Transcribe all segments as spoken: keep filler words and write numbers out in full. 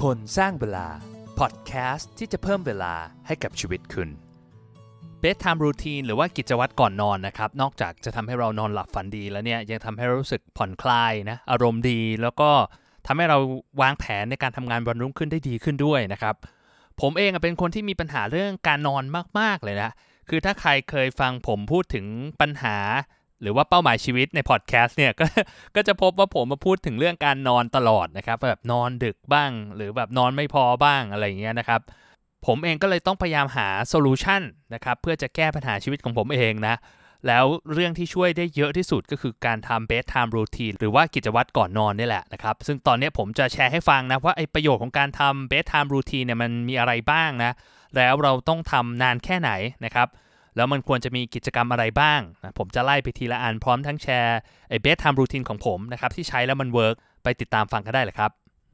คนสร้างเวลาพอดแคสต์ที่จะเพิ่มเวลาให้กับชีวิตคุณ Bedtime Routine หรือว่ากิจวัตรก่อนนอนนะครับนอกจากจะทำให้เรานอนหลับฝันดีแล้วเนี่ยยังทำให้เรารู้สึกผ่อนคลายนะอารมณ์ดีแล้วก็ทำให้เราวางแผนในการทำงานวันรุ่งขึ้นได้ดีขึ้นด้วยนะครับผมเองเป็นคนที่มีปัญหาเรื่องการนอนมากๆเลยนะคือถ้าใครเคยฟังผมพูดถึงปัญหาหรือว่าเป้าหมายชีวิตในพอดแคสต์เนี่ยก็ก็จะพบว่าผมมาพูดถึงเรื่องการนอนตลอดนะครับแบบนอนดึกบ้างหรือแบบนอนไม่พอบ้างอะไรอย่างเงี้ยนะครับผมเองก็เลยต้องพยายามหาโซลูชันนะครับเพื่อจะแก้ปัญหาชีวิตของผมเองนะแล้วเรื่องที่ช่วยได้เยอะที่สุดก็คือการทำ bedtime routine หรือว่ากิจวัตรก่อนนอนนี่แหละนะครับซึ่งตอนนี้ผมจะแชร์ให้ฟังนะว่าไอ้ประโยชน์ของการทำ bedtime routine เนี่ยมันมีอะไรบ้างนะแล้วเราต้องทำนานแค่ไหนนะครับแล้วมันควรจะมีกิจกรรมอะไรบ้างนะผมจะไล่ไปทีละอันพร้อมทั้งแชร์ไอ้ bedtime routine ของผมนะครับที่ใช้แล้วมันเวิร์กไปติดตามฟังกันได้เลยครับ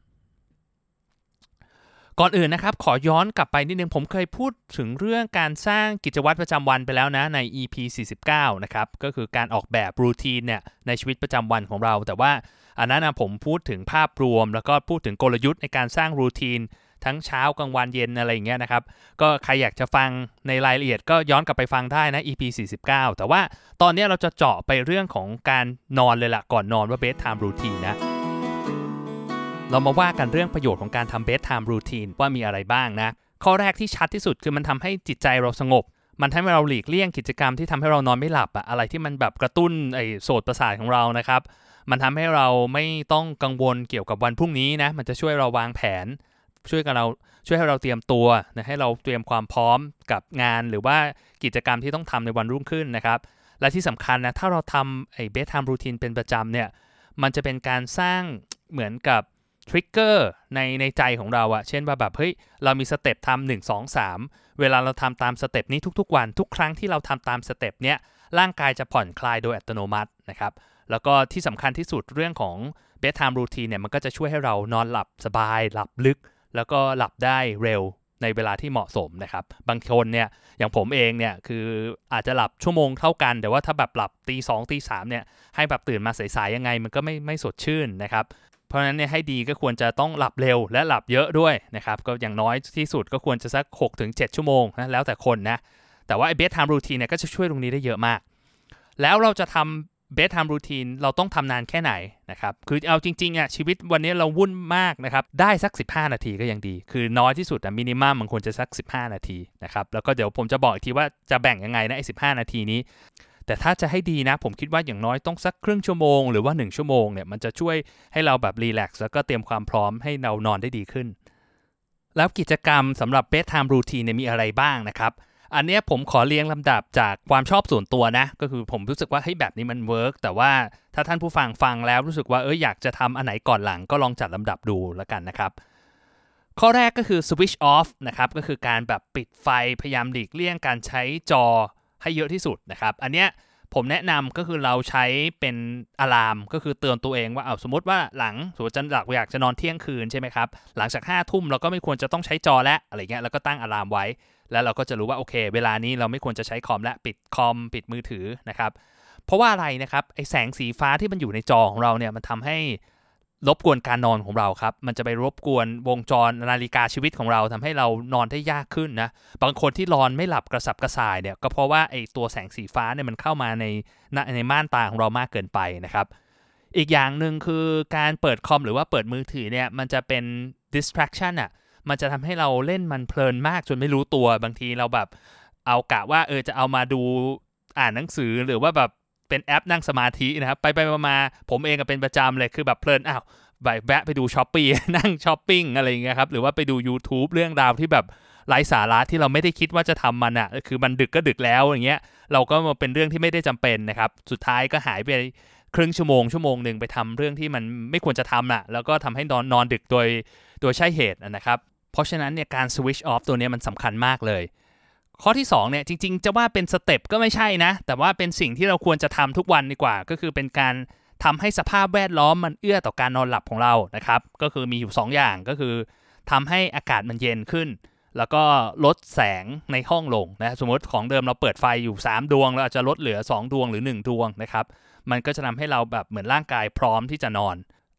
ก่อนอื่นนะครับขอย้อนกลับไปนิดนึงผมเคยพูดถึงเรื่องการสร้างกิจวัตรประจำวันไปแล้วนะใน อี พี สี่สิบเก้านะครับก็คือการออกแบบรูทีนเนี่ยในชีวิตประจำวันของเราแต่ว่าอันนั้นนะผมพูดถึงภาพรวมแล้วก็พูดถึงกลยุทธ์ในการสร้างรูทีนทั้งเช้ากลางวันเย็นอะไรอย่างเงี้ยนะครับก็ใครอยากจะฟังในรายละเอียดก็ย้อนกลับไปฟังได้นะ อี พี สี่สิบเก้าแต่ว่าตอนนี้เราจะเจาะไปเรื่องของการนอนเลยล่ะก่อนนอนว่า bedtime routine นะเรามาว่ากันเรื่องประโยชน์ของการทำ bedtime routine ว่ามีอะไรบ้างนะข้อแรกที่ชัดที่สุดคือมันทำให้จิตใจเราสงบมันทำให้เราหลีกเลี่ยงกิจกรรมที่ทำให้เรานอนไม่หลับอะอะไรที่มันแบบกระตุ้นไอ้โสตประสาทของเรานะครับมันทำให้เราไม่ต้องกังวลเกี่ยวกับวันพรุ่งนี้นะมันจะช่วยเราวางแผนช่วยกับเราช่วยให้เราเตรียมตัวนะให้เราเตรียมความพร้อมกับงานหรือว่ากิจกรรมที่ต้องทำในวันรุ่งขึ้นนะครับและที่สำคัญนะถ้าเราทำไอ้ bedtime routine เป็นประจำเนี่ยมันจะเป็นการสร้างเหมือนกับทริกเกอร์ในในใจของเราอะเช่นว่าแบบเฮ้ยเรามีสเต็ปทำหนึ่ง สอง สามเวลาเราทำตามสเต็ปนี้ทุกๆวันทุกครั้งที่เราทำตามสเต็ปเนี้ยร่างกายจะผ่อนคลายโดยอัตโนมัตินะครับแล้วก็ที่สำคัญที่สุดเรื่องของ bedtime routine เนี่ยมันก็จะช่วยให้เรานอนหลับสบายหลับลึกแล้วก็หลับได้เร็วในเวลาที่เหมาะสมนะครับบางคนเนี่ยอย่างผมเองเนี่ยคืออาจจะหลับชั่วโมงเท่ากันแต่ว่าถ้าแบบหลับตีสองตีสามเนี่ยให้แบบตื่นมาสายๆยังไงมันก็ไม่ไม่สดชื่นนะครับเพราะฉะนั้นเนี่ยให้ดีก็ควรจะต้องหลับเร็วและหลับเยอะด้วยนะครับก็อย่างน้อยที่สุดก็ควรจะสัก หกถึงเจ็ด ชั่วโมงนะแล้วแต่คนนะแต่ว่าไอ้ bedtime routine เนี่ยก็จะช่วยตรงนี้ได้เยอะมากแล้วเราจะทำ bedtime routine เราต้องทำนานแค่ไหนนะครับคือเอาจริงๆอ่ะชีวิตวันนี้เราวุ่นมากนะครับได้สักสิบห้านาทีก็ยังดีคือน้อยที่สุดอ่ะมินิมัมมันควรจะสักสิบห้านาทีนะครับแล้วก็เดี๋ยวผมจะบอกอีกทีว่าจะแบ่งยังไงนะไอ้สิบห้านาทีนี้แต่ถ้าจะให้ดีนะผมคิดว่าอย่างน้อยต้องสักครึ่งชั่วโมงหรือว่าหนึ่งชั่วโมงเนี่ยมันจะช่วยให้เราแบบรีแลกซ์แล้วก็เตรียมความพร้อมให้เรานอนได้ดีขึ้นแล้วกิจกรรมสำหรับ bedtime routine เนี่ยมีอะไรบ้างนะครับอันนี้ผมขอเรียงลำดับจากความชอบส่วนตัวนะก็คือผมรู้สึกว่าเฮ้ยแบบนี้มันเวิร์กแต่ว่าถ้าท่านผู้ฟังฟังแล้วรู้สึกว่าเอออยากจะทำอันไหนก่อนหลังก็ลองจัดลำดับดูแล้วกันนะครับข้อแรกก็คือ switch off นะครับก็คือการแบบปิดไฟพยายามหลีกเลี่ยงการใช้จอให้เยอะที่สุดนะครับอันเนี้ยผมแนะนำก็คือเราใช้เป็นอะลามก็คือเตือนตัวเองว่าเอาสมมติว่าหลังสมมติจะหลักอยากจะนอนเที่ยงคืนใช่ไหมครับหลังจากห้าทุ่มเราก็ไม่ควรจะต้องใช้จอแล้วอะไรเงี้ยแล้วก็ตั้งอะลามไว้แล้วเราก็จะรู้ว่าโอเคเวลานี้เราไม่ควรจะใช้คอมและปิดคอมปิดมือถือนะครับเพราะว่าอะไรนะครับไอแสงสีฟ้าที่มันอยู่ในจอของเราเนี่ยมันทำให้รบกวนการนอนของเราครับมันจะไปรบกวนวงจรนาฬิกาชีวิตของเราทำให้เรานอนได้ยากขึ้นนะบางคนที่นอนไม่หลับกระสับกระส่ายเนี่ยก็เพราะว่าไอตัวแสงสีฟ้าเนี่ยมันเข้ามาในในม่านตาของเรามากเกินไปนะครับอีกอย่างนึงคือการเปิดคอมหรือว่าเปิดมือถือเนี่ยมันจะเป็น distraction อ่ะมันจะทำให้เราเล่นมันเพลินมากจนไม่รู้ตัวบางทีเราแบบเอากะว่าเออจะเอามาดูอ่านหนังสือหรือว่าแบบเป็นแอปนั่งสมาธินะครับไปไปมาผมเองก็เป็นประจำเลยคือแบบเพลินอ้าวแวะไปดู Shopee นั่งช้อปปิ้งอะไรอย่างเงี้ยครับหรือว่าไปดู YouTube เรื่องราวที่แบบไร้สาระที่เราไม่ได้คิดว่าจะทำมันอ่ะคือมันดึกก็ดึกแล้วอย่างเงี้ยเราก็มาเป็นเรื่องที่ไม่ได้จำเป็นนะครับสุดท้ายก็หายไปครึ่งชั่วโมงชั่วโมงนึงไปทำเรื่องที่มันไม่ควรจะทำอ่ะแล้วก็ทำให้นอนนอนดึกโดยโดยใช่เหตุนะครับเพราะฉะนั้นเนี่ยการ switch off ตัวนี้มันสำคัญมากเลยข้อที่สองเนี่ยจริงๆจะว่าเป็นสเต็ปก็ไม่ใช่นะแต่ว่าเป็นสิ่งที่เราควรจะทำทุกวันดีกว่าก็คือเป็นการทำให้สภาพแวดล้อมมันเอื้อต่อการนอนหลับของเรานะครับก็คือมีอยู่สองอย่างก็คือทำให้อากาศมันเย็นขึ้นแล้วก็ลดแสงในห้องลงนะสมมติของเดิมเราเปิดไฟอยู่สามดวงเราอาจจะลดเหลือสองดวงหรือหนึ่งดวงนะครับมันก็จะทำให้เราแบบเหมือนร่างกายพร้อมที่จะนอน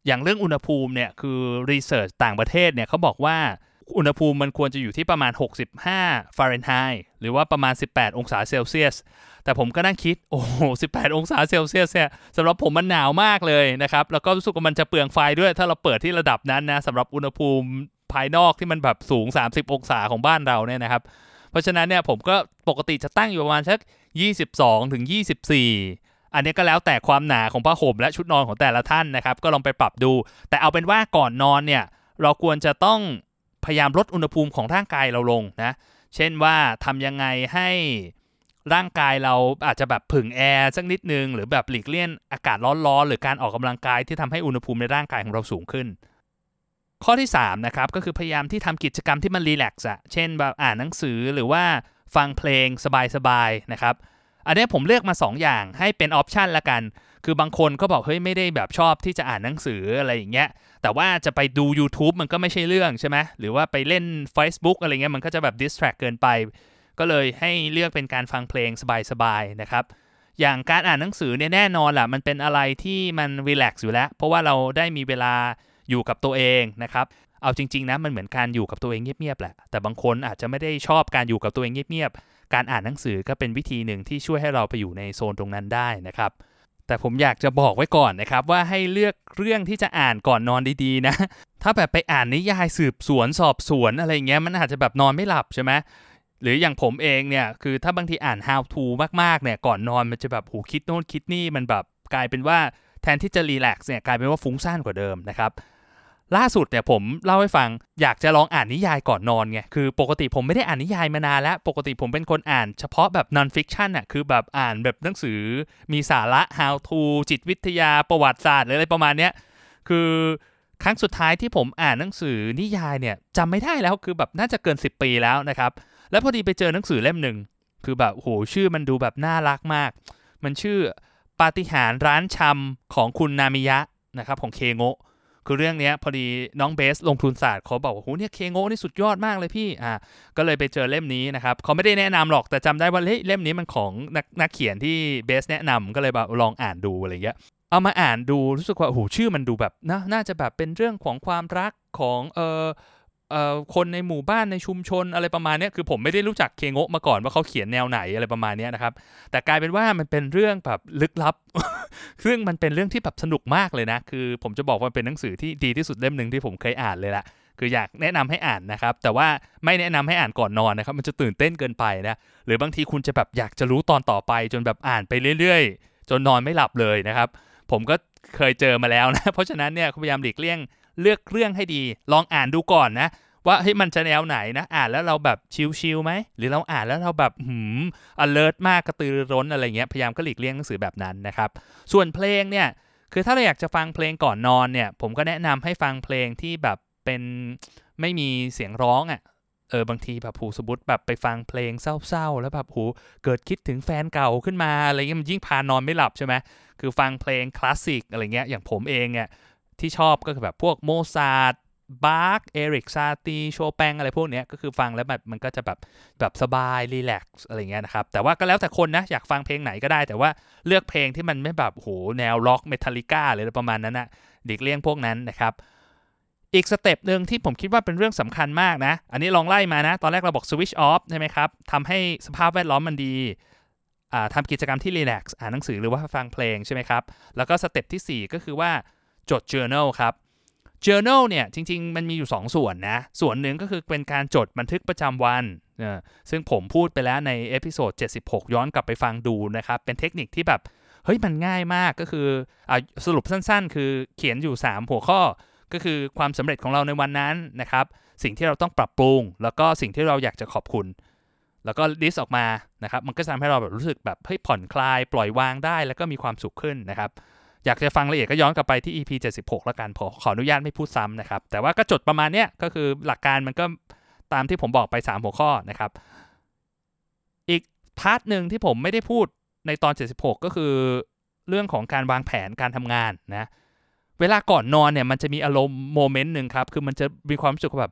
อย่างเรื่องอุณหภูมิเนี่ยคือรีเสิร์ชต่างประเทศเนี่ยเขาบอกว่าอุณหภูมิมันควรจะอยู่ที่ประมาณหกสิบห้าฟาเรนไฮต์หรือว่าประมาณสิบแปดองศาเซลเซียสแต่ผมก็นั่งคิดโอ้โหสิบแปดองศาเซลเซียสเนี่ยสำหรับผมมันหนาวมากเลยนะครับแล้วก็รู้สึกว่ามันจะเปลืองไฟด้วยถ้าเราเปิดที่ระดับนั้นนะสำหรับอุณหภูมิภายนอกที่มันแบบสูงสามสิบองศาของบ้านเราเนี่ยนะครับเพราะฉะนั้นเนี่ยผมก็ปกติจะตั้งอยู่ประมาณสักยี่สิบสองถึงยี่สิบสี่อันนี้ก็แล้วแต่ความหนาของผ้าห่มและชุดนอนของแต่ละท่านนะครับก็ลองไปปรับดูแต่เอาเป็นว่าก่อนนอนเนี่ยเราควรจะต้องพยายามลดอุณหภูมิของร่างกายเราลงนะเช่นว่าทำยังไงให้ร่างกายเราอาจจะแบบผึ่งแอร์สักนิดนึงหรือแบบหลีกเลี่ยงอากาศร้อนๆหรือการออกกำลังกายที่ทำให้อุณหภูมิในร่างกายของเราสูงขึ้นข้อที่สามนะครับก็คือพยายามที่ทำกิจกรรมที่มันรีแลกซ์อะเช่นแบบอ่านหนังสือหรือว่าฟังเพลงสบายๆนะครับอันนี้ผมเลือกมาสองอย่างให้เป็นออปชันละกันคือบางคนก็บอกเฮ้ยไม่ได้แบบชอบที่จะอ่านหนังสืออะไรอย่างเงี้ยแต่ว่าจะไปดู YouTube มันก็ไม่ใช่เรื่องใช่ไหมหรือว่าไปเล่น Facebook อะไรเงี้ยมันก็จะแบบ distract เกินไปก็เลยให้เลือกเป็นการฟังเพลงสบายๆนะครับอย่างการอ่านหนังสือเนี่ยแน่นอนแหละมันเป็นอะไรที่มันรีแลกซ์อยู่แล้วเพราะว่าเราได้มีเวลาอยู่กับตัวเองนะครับเอาจริงๆนะมันเหมือนการอยู่กับตัวเองเงียบๆแหละแต่บางคนอาจจะไม่ได้ชอบการอยู่กับตัวเองเงียบๆการอ่านหนังสือก็เป็นวิธีหนึ่งที่ช่วยให้เราไปอยู่ในโซนตรงนั้นได้นะครับแต่ผมอยากจะบอกไว้ก่อนนะครับว่าให้เลือกเรื่องที่จะอ่านก่อนนอนดีๆนะถ้าแบบไปอ่านนิยายสืบสวนสอบสวนอะไรเงี้ยมันอาจจะแบบนอนไม่หลับใช่ไหมหรืออย่างผมเองเนี่ยคือถ้าบางทีอ่าน how to มากๆเนี่ยก่อนนอนมันจะแบบหูคิดโน่นคิดนี่มันแบบกลายเป็นว่าแทนที่จะรีแลกซ์เนี่ยกลายเป็นว่าฟุ้งซ่านกว่าเดิมนะครับล่าสุดเนี่ยผมเล่าให้ฟังอยากจะลองอ่านนิยายก่อนนอนไงคือปกติผมไม่ได้อ่านนิยายมานานแล้วปกติผมเป็นคนอ่านเฉพาะแบบ non fiction อ่ะคือแบบอ่านแบบหนังสือมีสาระ how to จิตวิทยาประวัติศาสตร์หรืออะไรประมาณเนี้ยคือครั้งสุดท้ายที่ผมอ่านหนังสือนิยายเนี่ยจำไม่ได้แล้วคือแบบน่าจะเกินสิบปีแล้วนะครับแล้วพอดีไปเจอหนังสือเล่มหนึ่งคือแบบโหชื่อมันดูแบบน่ารักมากมันชื่อปาฏิหาริย์ร้านชำของคุณนามิยะนะครับของเคโงะคือเรื่องนี้พอดีน้องเบสลงทุนศาสตร์เขาบอกว่าโหเนี่ยเคโงะนี่สุดยอดมากเลยพี่อ่าก็เลยไปเจอเล่มนี้นะครับเขาไม่ได้แนะนำหรอกแต่จำได้ว่าเฮ้ยเล่มนี้มันของนักนักเขียนที่เบสแนะนำก็เลยแบบลองอ่านดูอะไรเงี้ยเอามาอ่านดูรู้สึกว่าโหชื่อมันดูแบบนะน่าจะแบบเป็นเรื่องของความรักของเออเอ่อคนในหมู่บ้านในชุมชนอะไรประมาณนี้คือผมไม่ได้รู้จักเคโงะมาก่อนว่าเขาเขียนแนวไหนอะไรประมาณนี้นะครับแต่กลายเป็นว่ามันเป็นเรื่องแบบลึกลับ ซึ่งมันเป็นเรื่องที่แบบสนุกมากเลยนะคือผมจะบอกว่าเป็นหนังสือที่ดีที่สุดเล่มหนึ่งที่ผมเคยอ่านเลยละคืออยากแนะนำให้อ่านนะครับแต่ว่าไม่แนะนำให้อ่านก่อนนอนนะครับมันจะตื่นเต้นเกินไปนะหรือบางทีคุณจะแบบอยากจะรู้ตอนต่อไปจนแบบอ่านไปเรื่อยๆจนนอนไม่หลับเลยนะครับผมก็เคยเจอมาแล้วนะเพราะฉะนั้นเนี่ยพยายามหลีกเลี่ยงเลือกเรื่องให้ดีลองอ่านดูก่อนนะว่าเฮ้ยมันจะแนวไหนนะอ่านแล้วเราแบบชิลๆไหมหรือเราอ่านแล้วเราแบบหืม alert มากกระตือรือร้นอะไรเงี้ยพยายามก็หลีกเลี่ยงหนังสือแบบนั้นนะครับส่วนเพลงเนี่ยคือถ้าเราอยากจะฟังเพลงก่อนนอนเนี่ยผมก็แนะนำให้ฟังเพลงที่แบบเป็นไม่มีเสียงร้องอ่ะเออบางทีแบบหูสมมุติแบบไปฟังเพลงเศร้าๆแล้วแบบหูเกิดคิดถึงแฟนเก่าขึ้นมาอะไรเงี้ยมันยิ่งพานอนไม่หลับใช่ไหมคือฟังเพลงคลาสสิกอะไรเงี้ยอย่างผมเองเนี่ยที่ชอบก็คือแบบพวกโมซาร์ทบาร์กเอริกซาตีโชแปงอะไรพวกเนี้ยก็คือฟังแล้วแบบมันก็จะแบบแบบสบายรีแลกซ์อะไรเงี้ยนะครับแต่ว่าก็แล้วแต่คนนะอยากฟังเพลงไหนก็ได้แต่ว่าเลือกเพลงที่มันไม่แบบโหแนวล็อกเมทัลลิก้าหรือประมาณนั้นนะหลีกเลี่ยงพวกนั้นนะครับอีกสเต็ปหนึ่งที่ผมคิดว่าเป็นเรื่องสำคัญมากนะอันนี้ลองไล่มานะตอนแรกเราบอก switch off ใช่ไหมครับทำให้สภาพแวดล้อมมันดีทำกิจกรรมที่รีแลกซ์อ่านหนังสือหรือว่าฟังเพลงใช่ไหมครับแล้วก็สเต็ปที่สี่ก็คือว่าจด journal ครับ journal เนี่ยจริงๆมันมีอยู่สองส่วนนะส่วนหนึ่งก็คือเป็นการจดบันทึกประจำวันซึ่งผมพูดไปแล้วในเอพิโซดเจ็ดสิบหกย้อนกลับไปฟังดูนะครับเป็นเทคนิคที่แบบเฮ้ยมันง่ายมากก็คืออสรุปสั้นๆคือเขียนอยู่สามหัวข้อก็คือความสำเร็จของเราในวันนั้นนะครับสิ่งที่เราต้องปรับปรุงแล้วก็สิ่งที่เราอยากจะขอบคุณแล้วก็ลิสต์ออกมานะครับมันก็ทำให้เราแบบรู้สึกแบบเฮ้ยผ่อนคลายปล่อยวางได้แล้วก็มีความสุขขึ้นนะครับอยากจะฟังละเอียดก็ย้อนกลับไปที่ อี พี เจ็ดสิบหกแล้วกันขอขออนุญาตไม่พูดซ้ำนะครับแต่ว่าก็จดประมาณเนี้ยก็คือหลักการมันก็ตามที่ผมบอกไปสามหัวข้อนะครับอีกพาร์ทนึงที่ผมไม่ได้พูดในตอนเจ็ดสิบหกก็คือเรื่องของการวางแผนการทำงานนะเวลาก่อนนอนเนี่ยมันจะมีอารมณ์โมเมนต์นึงครับคือมันจะมีความรู้สึกแบบเฮ้ย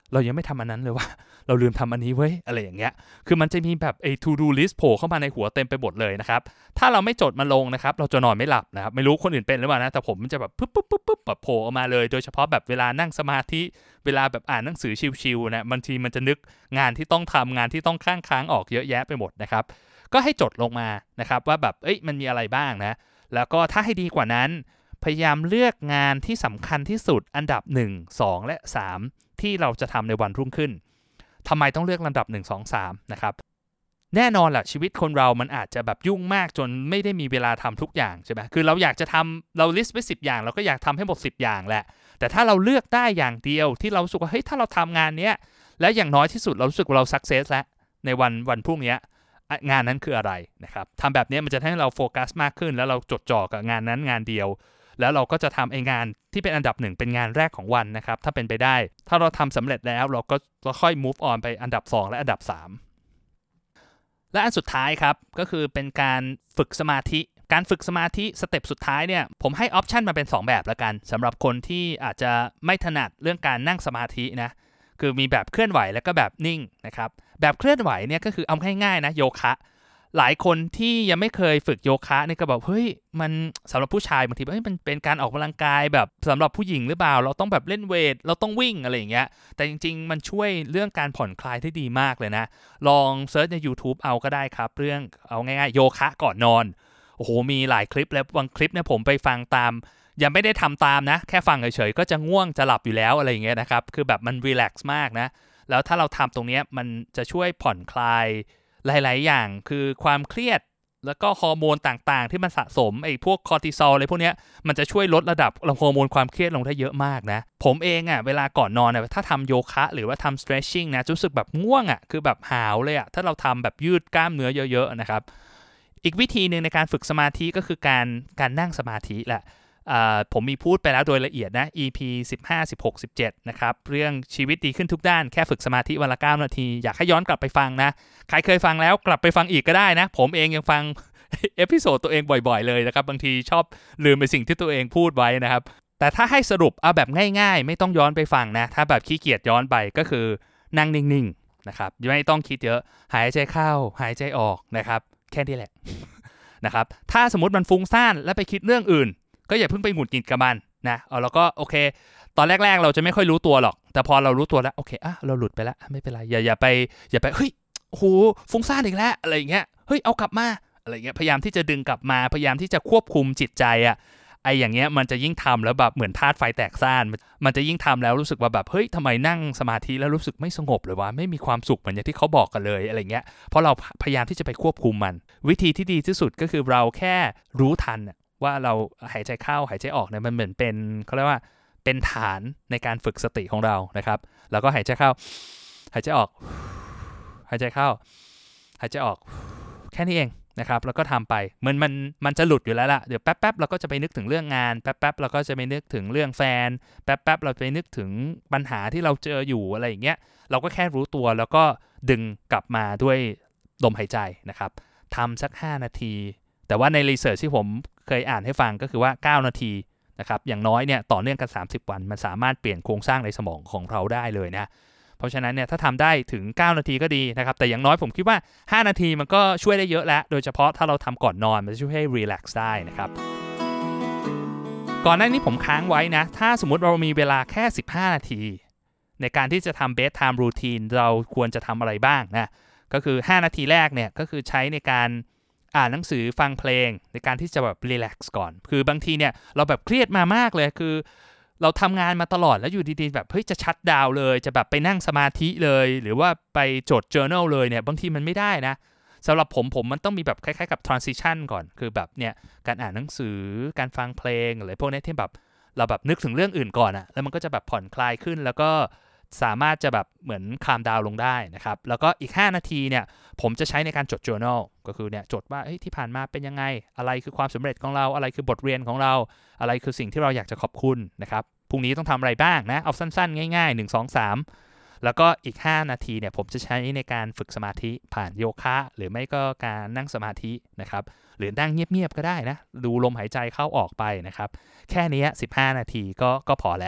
เรายังไม่ทำอันนั้นเลยว่าเราลืมทำอันนี้เว้ยอะไรอย่างเงี้ยคือมันจะมีแบบไอ้ to do list โผล่เข้ามาในหัวเต็มไปหมดเลยนะครับถ้าเราไม่จดมาลงนะครับเราจะนอนไม่หลับนะครับไม่รู้คนอื่นเป็นหรือเปล่านะแต่ผมมันจะแบบปึ๊บปึ๊บปึ๊บปึ๊บแบบโผล่ออกมาเลยโดยเฉพาะแบบเวลานั่งสมาธิเวลาแบบอ่านหนังสือชิลๆนะบางทีมันจะนึกงานที่ต้องทำงานที่ต้องค้างค้างออกเยอะแยะไปหมดนะครับก็ให้จดลงมานะครับว่าแบบเอ้ยมันมีอะไรบ้างนะแล้วก็ถ้าให้ดีกว่านั้นพยายามเลือกงานที่สำคัญที่สุดอันดับหนึ่ง สองและสามที่เราจะทำในวันรุ่งขึ้นทำไมต้องเลือกลำดับหนึ่ง สอง สามนะครับแน่นอนแหละชีวิตคนเรามันอาจจะแบบยุ่งมากจนไม่ได้มีเวลาทำทุกอย่างใช่ไหมคือเราอยากจะทำเราลิสต์ไว้สิบอย่างเราก็อยากทำให้หมดสิบอย่างแหละแต่ถ้าเราเลือกได้อย่างเดียวที่เรารู้สึกว่าเฮ้ยถ้าเราทำงานเนี้ยและอย่างน้อยที่สุดเรารู้สึกว่าเราสักเซสแล้วในวันวันพรุ่งนี้งานนั้นคืออะไรนะครับทำแบบนี้มันจะให้เราโฟกัสมากขึ้นแล้วเราจดจ่อกับงานนั้นงานเดียวแล้วเราก็จะทำไอ้งานที่เป็นอันดับหนึ่งเป็นงานแรกของวันนะครับถ้าเป็นไปได้ถ้าเราทำสำเร็จแล้วเราก็ค่อย move on ไปอันดับสองและอันดับสามและอันสุดท้ายครับก็คือเป็นการฝึกสมาธิการฝึกสมาธิสเต็ปสุดท้ายเนี่ยผมให้ออปชันมาเป็นสองแบบละกันสำหรับคนที่อาจจะไม่ถนัดเรื่องการนั่งสมาธินะคือมีแบบเคลื่อนไหวแล้วก็แบบนิ่งนะครับแบบเคลื่อนไหวเนี่ยก็คือเอาง่ายๆนะโยคะหลายคนที่ยังไม่เคยฝึกโยคะเนี่ยก็บอกเฮ้ยมันสำหรับผู้ชายบางทีเฮ้ยมันเป็นการออกกำลังกายแบบสำหรับผู้หญิงหรือเปล่าเราต้องแบบเล่นเวทเราต้องวิ่งอะไรอย่างเงี้ยแต่จริงๆมันช่วยเรื่องการผ่อนคลายได้ดีมากเลยนะลองเซิร์ชใน YouTube เอาก็ได้ครับเรื่องเอาง่ายๆโยคะก่อนนอนโอ้โหมีหลายคลิปแล้วบางคลิปเนี่ยผมไปฟังตามยังไม่ได้ทำตามนะแค่ฟังเฉยๆก็จะง่วงจะหลับอยู่แล้วอะไรอย่างเงี้ยนะครับคือแบบมันรีแลกซ์มากนะแล้วถ้าเราทำตรงนี้มันจะช่วยผ่อนคลายหลายๆอย่างคือความเครียดแล้วก็ฮอร์โมนต่างๆที่มันสะสมไอ้พวกคอร์ติซอลอะไรพวกนี้มันจะช่วยลดระดับฮอร์โมนความเครียดลงได้เยอะมากนะผมเองอ่ะเวลาก่อนนอนอ่ะถ้าทำโยคะหรือว่าทำ stretching นะรู้สึกแบบง่วงอ่ะคือแบบหาวเลยอ่ะถ้าเราทำแบบยืดกล้ามเนื้อเยอะๆนะครับอีกวิธีหนึ่งในการฝึกสมาธิก็คือการการนั่งสมาธิแหละผมมีพูดไปแล้วโดยละเอียดนะ อี พี สิบห้า สิบหก สิบเจ็ดนะครับเรื่องชีวิตดีขึ้นทุกด้านแค่ฝึกสมาธิวันละเก้านาทีอยากให้ย้อนกลับไปฟังนะใครเคยฟังแล้วกลับไปฟังอีกก็ได้นะผมเองยังฟังเอพิโซดตัวเองบ่อยๆเลยนะครับบางทีชอบลืมไปสิ่งที่ตัวเองพูดไว้นะครับแต่ถ้าให้สรุปเอาแบบง่ายๆไม่ต้องย้อนไปฟังนะถ้าแบบขี้เกียจย้อนไปก็คือนั่งนิ่งๆนะครับไม่ต้องคิดเยอะหายใจเข้าหายใจออกนะครับแค่นี้แหละนะครับถ้าสมมติมันฟุ้งซ่านแล้วไปคิดเรื่องอื่นก็อย่าเพิ่งไปหงุดหงิดกับมันนะเอาแล้วก็โอเคตอนแรกๆเราจะไม่ค่อยรู้ตัวหรอกแต่พอเรารู้ตัวแล้วโอเคอ่ะเราหลุดไปแล้วไม่เป็นไรอย่าอย่าไปอย่าไปเฮ้ยโอ้โหฟุ้งซ่านอีกแล้วอะไรอย่างเงี้ยเฮ้ยเอากลับมาอะไรเงี้ยพยายามที่จะดึงกลับมาพยายามที่จะควบคุมจิตใจอ่ะไอ้อย่างเงี้ยมันจะยิ่งทำแล้วแบบเหมือนธาตุไฟแตกซ่านมันจะยิ่งทำแล้วรู้สึกว่าแบบเฮ้ยทำไมนั่งสมาธิแล้วรู้สึกไม่สงบเลยวะไม่มีความสุขเหมือนอย่างที่เขาบอกกันเลยอะไรเงี้ยเพราะเราพยายามที่จะไปควบคุมมันวิธีที่ดีที่สุดก็คือเราแค่รู้ทันว่าเราหายใจเข้าหายใจออกเนี่ยมันเหมือนเป็นเขาเรียกว่าเป็นฐานในการฝึกสติของเรานะครับแล้วก็หายใจเข้าหายใจออกหายใจเข้าหายใจออกแค่นี้เองนะครับแล้วก็ทำไปมันมันมันจะหลุดอยู่แล้วล่ะเดี๋ยวแป๊บๆเราก็จะไปนึกถึงเรื่องงานแป๊บๆเราก็จะไปนึกถึงเรื่องแฟนแป๊บๆเราไปนึกถึงปัญหาที่เราเจออยู่อะไรอย่างเงี้ยเราก็แค่รู้ตัวแล้วก็ดึงกลับมาด้วยลมหายใจนะครับทำสักห้านาทีแต่ว่าในรีเสิร์ชที่ผมเคยอ่านให้ฟังก็คือว่าเก้านาทีนะครับอย่างน้อยเนี่ยต่อเนื่องกันสามสิบวันมันสามารถเปลี่ยนโครงสร้างในสมองของเราได้เลยนะเพราะฉะนั้นเนี่ยถ้าทำได้ถึงเก้านาทีก็ดีนะครับแต่อย่างน้อยผมคิดว่าห้านาทีมันก็ช่วยได้เยอะแล้วโดยเฉพาะถ้าเราทำก่อนนอนมันจะช่วยให้รีแลกซ์ได้นะครับก่อนหน้านี้ผมค้างไว้นะถ้าสมมุติเรามีเวลาแค่สิบห้านาทีในการที่จะทำ bedtime routine เราควรจะทำอะไรบ้างนะก็คือห้านาทีแรกเนี่ยก็คือใช้ในการอ่านหนังสือฟังเพลงในการที่จะแบบรีแลกซ์ก่อนคือบางทีเนี่ยเราแบบเครียดมามากเลยคือเราทำงานมาตลอดแล้วอยู่ดีๆแบบเฮ้ยจะชัตดาวน์เลยจะแบบไปนั่งสมาธิเลยหรือว่าไปจด journal เลยเนี่ยบางทีมันไม่ได้นะสำหรับผมผมมันต้องมีแบบคล้ายๆกับ transition ก่อนคือแบบเนี่ยการอ่านหนังสือการฟังเพลงอะไรพวกนี้ที่แบบเราแบบนึกถึงเรื่องอื่นก่อนอะแล้วมันก็จะแบบผ่อนคลายขึ้นแล้วก็สามารถจะแบบเหมือนคลามดาวน์ลงได้นะครับแล้วก็อีกห้านาทีเนี่ยผมจะใช้ในการจด journal ก็คือเนี่ยจดว่าที่ผ่านมาเป็นยังไงอะไรคือความสำเร็จของเราอะไรคือบทเรียนของเราอะไรคือสิ่งที่เราอยากจะขอบคุณนะครับพรุ่งนี้ต้องทำอะไรบ้างนะเอาสั้นๆง่ายๆหนึ่ง สอง สามแล้วก็อีกห้านาทีเนี่ยผมจะใช้ในการฝึกสมาธิผ่านโยคะหรือไม่ก็การนั่งสมาธินะครับหรือนั่งเงียบๆก็ได้นะดูลมหายใจเข้าออกไปนะครับแค่นี้สิบห้านาทีก็ก็พอแล้ว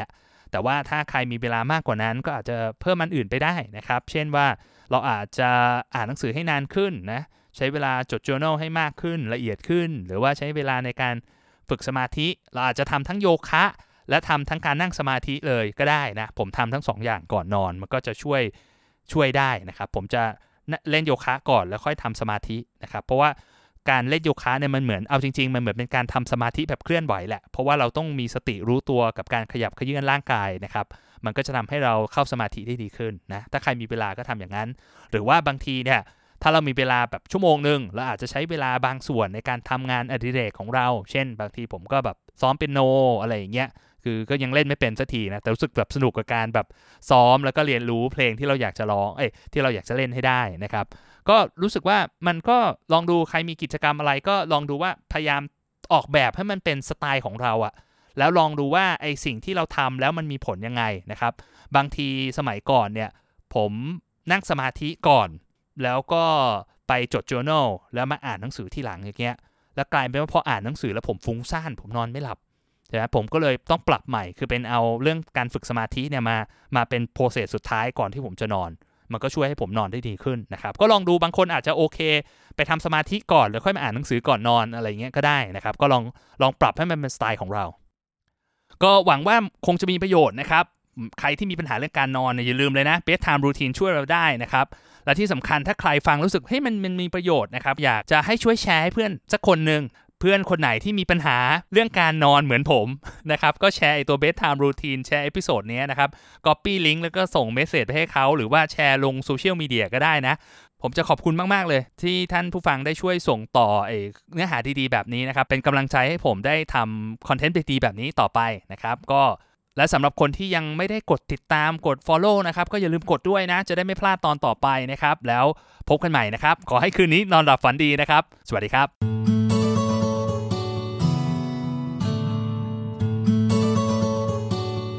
แต่ว่าถ้าใครมีเวลามากกว่านั้นก็อาจจะเพิ่มอันอื่นไปได้นะครับเช่นว่าเราอาจจะอ่านหนังสือให้นานขึ้นนะใช้เวลาจด journal ให้มากขึ้นละเอียดขึ้นหรือว่าใช้เวลาในการฝึกสมาธิเราอาจจะทำทั้งโยคะและทำทั้งการนั่งสมาธิเลยก็ได้นะผมทำทั้งสองอย่างก่อนนอนมันก็จะช่วยช่วยได้นะครับผมจะเล่นโยคะก่อนแล้วค่อยทำสมาธินะครับเพราะว่าการเล่นโยคะเนี่ยมันเหมือนเอาจริงๆมันเหมือนเป็นการทำสมาธิแบบเคลื่อนไหวแหละเพราะว่าเราต้องมีสติรู้ตัวกับการขยับเขยื้อนร่างกายนะครับมันก็จะทำให้เราเข้าสมาธิได้ดีขึ้นนะถ้าใครมีเวลาก็ทำอย่างนั้นหรือว่าบางทีเนี่ยถ้าเรามีเวลาแบบชั่วโมงนึงเราอาจจะใช้เวลาบางส่วนในการทำงานอดิเรกของเราเช่นบางทีผมก็แบบซ้อมเปียโนอะไรอย่างเงี้ยคือก็ยังเล่นไม่เป็นสักทีนะแต่รู้สึกแบบสนุกกับการแบบซ้อมแล้วก็เรียนรู้เพลงที่เราอยากจะร้องเอ้ยที่เราอยากจะเล่นให้ได้นะครับก็รู้สึกว่ามันก็ลองดูใครมีกิจกรรมอะไรก็ลองดูว่าพยายามออกแบบให้มันเป็นสไตล์ของเราอะแล้วลองดูว่าไอสิ่งที่เราทำแล้วมันมีผลยังไงนะครับบางทีสมัยก่อนเนี่ยผมนั่งสมาธิก่อนแล้วก็ไปจด journal แล้วมาอ่านหนังสือที่หลังอย่างเงี้ยแล้วกลายเป็นว่าพออ่านหนังสือแล้วผมฟุ้งซ่านผมนอนไม่หลับใช่ไหมผมก็เลยต้องปรับใหม่คือเป็นเอาเรื่องการฝึกสมาธิเนี่ยมามาเป็นโปรเซสสุดท้ายก่อนที่ผมจะนอนมันก็ช่วยให้ผมนอนได้ดีขึ้นนะครับก็ลองดูบางคนอาจจะโอเคไปทำสมาธิก่อนแล้วค่อยมาอ่านหนังสือก่อนนอนอะไรเงี้ยก็ได้นะครับก็ลองลองปรับให้มันเป็นสไตล์ของเราก็หวังว่าคงจะมีประโยชน์นะครับใครที่มีปัญหาเรื่องการนอนอย่าลืมเลยนะ bedtime routine ช่วยเราได้นะครับและที่สำคัญถ้าใครฟังรู้สึกเฮ้ยมันมันมีประโยชน์นะครับอยากจะให้ช่วยแชร์ให้เพื่อนสักคนนึงเพื่อนคนไหนที่มีปัญหาเรื่องการนอนเหมือนผมนะครับก็แชร์ไอ้ตัว bedtime routine แชร์เอพิโซดนี้นะครับ copy link แล้วก็ส่งเมสเสจไปให้เขาหรือว่าแชร์ลงโซเชียลมีเดียก็ได้นะผมจะขอบคุณมากๆเลยที่ท่านผู้ฟังได้ช่วยส่งต่อไอ้เนื้อหาดีๆแบบนี้นะครับเป็นกำลังใจให้ผมได้ทำคอนเทนต์ดีๆแบบนี้ต่อไปนะครับก็และสำหรับคนที่ยังไม่ได้กดติดตามกด follow นะครับก็อย่าลืมกดด้วยนะจะได้ไม่พลาดตอนต่อไปนะครับแล้วพบกันใหม่นะครับขอให้คืนนี้นอนหลับฝันดีนะครับสวัสดีครับ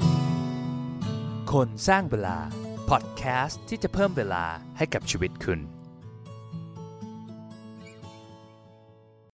คนสร้างเวลาพอดแคสต์ที่จะเพิ่มเวลาให้กับชีวิตคุณ